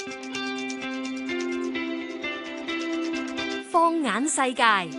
放眼世界。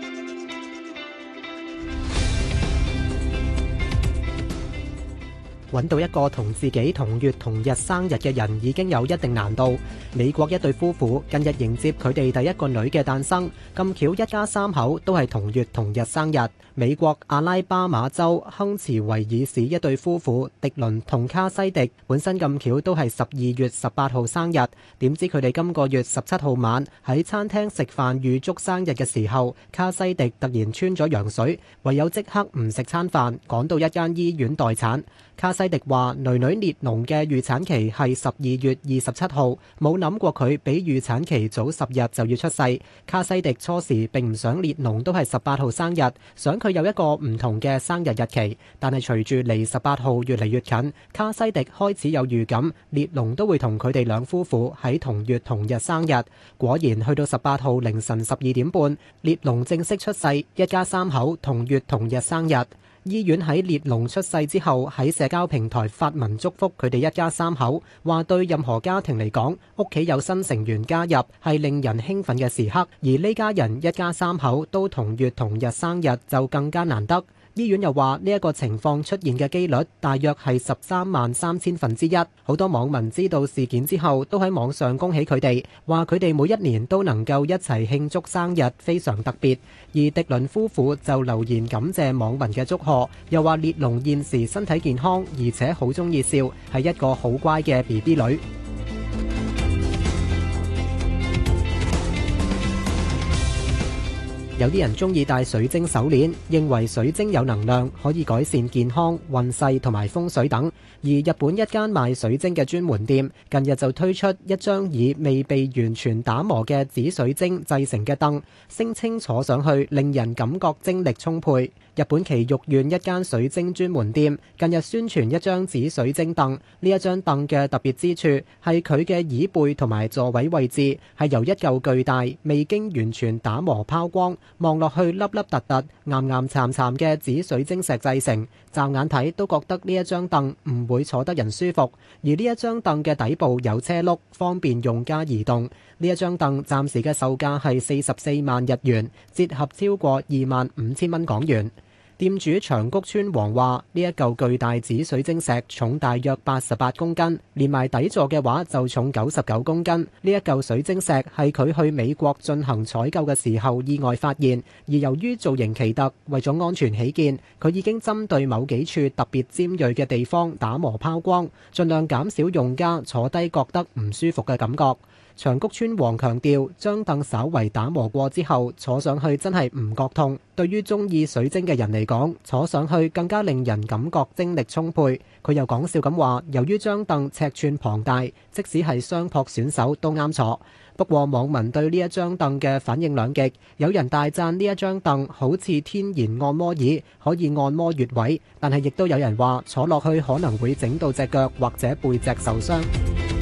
揾到一個同自己同月同日生日嘅人已經有一定難度。美國一對夫婦近日迎接佢哋第一個女嘅誕生，咁巧一家三口都係同月同日生日。美國阿拉巴馬州亨茨維爾市一對夫婦迪倫同卡西迪本身咁巧都係12月18號生日，點知佢哋今個月17號晚喺餐廳食飯預祝生日嘅時候，卡西迪突然穿咗羊水，唯有即刻唔食餐飯，趕到一間醫院待產。卡西迪話：囡囡列龍嘅預產期係12月27號，冇諗過佢比預產期早10日就要出世。卡西迪初時並唔想列龍都係18號生日，想佢有一個唔同嘅生日日期。但係隨住離18號越嚟越近，卡西迪開始有預感，列龍都會同佢哋兩夫婦喺同月同日生日。果然去到18號凌晨12點半，列龍正式出世，一家三口同月同日生日。醫院喺列龍出世之後喺社交平台發文祝福佢哋一家三口，話對任何家庭嚟講，屋企有新成員加入係令人興奮嘅時刻，而呢家人一家三口都同月同日生日就更加難得。醫院又話呢一個情況出現嘅機率大約係133000分之一。好多網民知道事件之後都喺網上恭喜佢哋，話佢哋每一年都能夠一齊慶祝生日，非常特別。而迪倫夫婦就留言感謝網民嘅祝賀，又話列龍現時身體健康，而且好鍾意笑，係一個好乖嘅 BB 女。有啲人中意戴水晶手鏈，認為水晶有能量，可以改善健康、運勢同埋風水等。而日本一間賣水晶嘅專門店近日就推出一張以未被完全打磨嘅紫水晶製成嘅凳，聲稱坐上去令人感覺精力充沛。日本埼玉縣一間水晶專門店近日宣傳一張紫水晶凳，呢一張凳嘅特別之處係佢嘅椅背同埋座位位置係由一嚿巨大未經完全打磨拋光，望落去凹凹凸凸、岩岩巉巉嘅紫水晶石製成，驟眼睇都覺得呢一張凳唔會坐得人舒服。而呢一張凳嘅底部有車轆，方便用家移動。呢一張凳暫時嘅售價係44萬日元，折合超過25000蚊港元。店主長谷川王話：呢一嚿巨大紫水晶石重大約88公斤，連埋底座嘅話就重99公斤。呢一嚿水晶石係佢去美國進行採購嘅時候意外發現，而由於造型奇特，為咗安全起見，佢已經針對某幾處特別尖銳嘅地方打磨拋光，盡量減少用家坐低覺得唔舒服嘅感覺。長谷川王強調，將凳稍為打磨過之後，坐上去真係唔覺痛。對於中意水晶嘅人嚟講，坐上去更加令人感覺精力充沛。佢又講笑咁話，由於張凳尺寸龐大，即使係雙撲選手都啱坐。不過網民對呢一張凳嘅反應兩極，有人大讚呢一張凳好似天然按摩椅，可以按摩穴位，但係亦都有人話坐落去可能會整到隻腳或者背脊受傷。